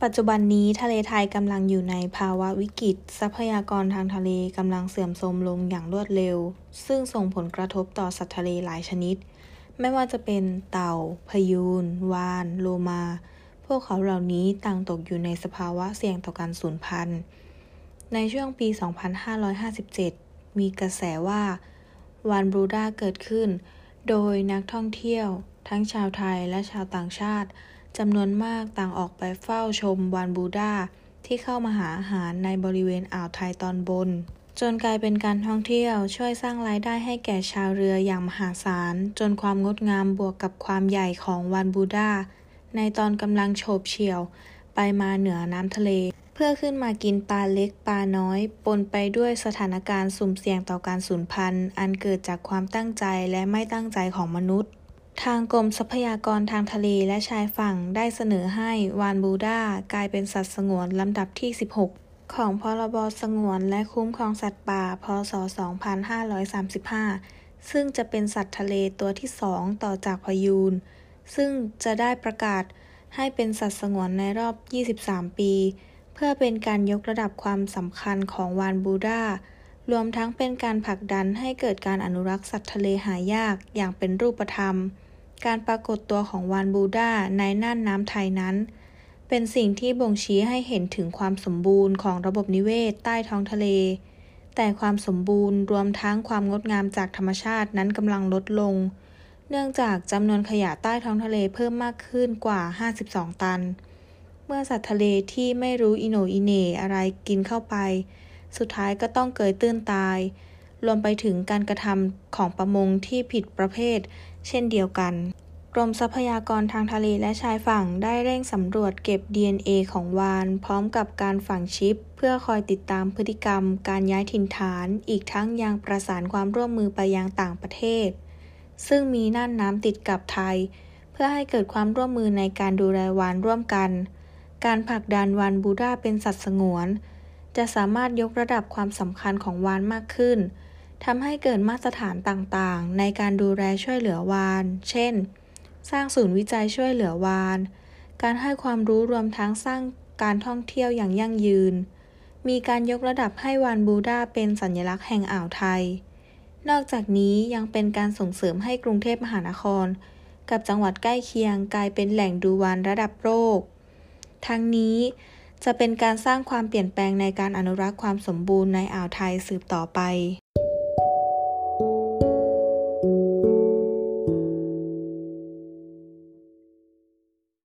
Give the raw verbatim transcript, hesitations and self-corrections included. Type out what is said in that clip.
ปัจจุบันนี้ทะเลไทยกำลังอยู่ในภาวะวิกฤตทรัพยากรทางทะเลกำลังเสื่อมโทรมลงอย่างรวดเร็วซึ่งส่งผลกระทบต่อสัตว์ทะเลหลายชนิดไม่ว่าจะเป็นเต่าพยูนวาฬโลมาพวกเขาเหล่านี้ต่างตกอยู่ในสภาวะเสี่ยงต่อการสูญพันธุ์ในช่วงปี สองพันห้าร้อยห้าสิบเจ็ด มีกระแสว่าวาฬบรูด้าเกิดขึ้นโดยนักท่องเที่ยวทั้งชาวไทยและชาวต่างชาติจำนวนมากต่างออกไปเฝ้าชมวาฬบรูด้าที่เข้ามาหาอาหารในบริเวณอ่าวไทยตอนบนจนกลายเป็นการท่องเที่ยวช่วยสร้างรายได้ให้แก่ชาวเรืออย่างมหาศาลจนความงดงามบวกกับความใหญ่ของวาฬบรูด้าในตอนกำลังโฉบเฉี่ยวไปมาเหนือน้ำทะเลเพื่อขึ้นมากินปลาเล็กปลาน้อยปนไปด้วยสถานการณ์สุ่มเสี่ยงต่อการสูญพันธุ์อันเกิดจากความตั้งใจและไม่ตั้งใจของมนุษย์ทางกรมทรัพยากรทางทะเลและชายฝั่งได้เสนอให้วาฬบรูด้ากลายเป็นสัตว์สงวนลำดับที่สิบหกของพรบสงวนและคุ้มครองสัตว์ป่าพ.ศ. สองพันห้าร้อยสามสิบห้าซึ่งจะเป็นสัตว์ทะเลตัวที่สองต่อจากพยูนซึ่งจะได้ประกาศให้เป็นสัตว์สงวนในรอบยี่สิบสามปีเพื่อเป็นการยกระดับความสำคัญของวาฬบรูด้ารวมทั้งเป็นการผลักดันให้เกิดการอนุรักษ์สัตว์ทะเลหายากอย่างเป็นรูปธรรมการปรากฏตัวของวาฬบรูด้าในน่านน้ำไทยนั้นเป็นสิ่งที่บ่งชี้ให้เห็นถึงความสมบูรณ์ของระบบนิเวศใต้ท้องทะเลแต่ความสมบูรณ์รวมทั้งความงดงามจากธรรมชาตินั้นกำลังลดลงเนื่องจากจำนวนขยะใต้ท้องทะเลเพิ่มมากขึ้นกว่าห้าสิบสองตันเมื่อสัตว์ทะเลที่ไม่รู้อิโหน่อีเหน่อะไรกินเข้าไปสุดท้ายก็ต้องเกยตื้นตายรวมไปถึงการกระทำของประมงที่ผิดประเภทเช่นเดียวกันกรมทรัพยากรทางทะเลและชายฝั่งได้เร่งสำรวจเก็บ ดี เอ็น เอ ของวาฬพร้อมกับการฝังชิปเพื่อคอยติดตามพฤติกรรมการย้ายถิ่นฐานอีกทั้งยังประสานความร่วมมือไปยังต่างประเทศซึ่งมีน่านน้ำติดกับไทยเพื่อให้เกิดความร่วมมือในการดูแลวาฬร่วมกันการผลักดันวาฬบรูด้าเป็นสัตว์สงวนจะสามารถยกระดับความสำคัญของวาฬมากขึ้นทำให้เกิดมาตรฐานต่างๆในการดูแลช่วยเหลือวาฬเช่นสร้างศูนย์วิจัยช่วยเหลือวาฬการให้ความรู้รวมทั้งสร้างการท่องเที่ยวอย่างยั่งยืนมีการยกระดับให้วาฬบรูด้าเป็นสัญลักษณ์แห่งอ่าวไทยนอกจากนี้ยังเป็นการส่งเสริมให้กรุงเทพมหานครกับจังหวัดใกล้เคียงกลายเป็นแหล่งดูวาฬระดับโลกทั้งนี้จะเป็นการสร้างความเปลี่ยนแปลงในการอนุรักษ์ความสมบูรณ์ในอ่าวไทยสืบต่อไป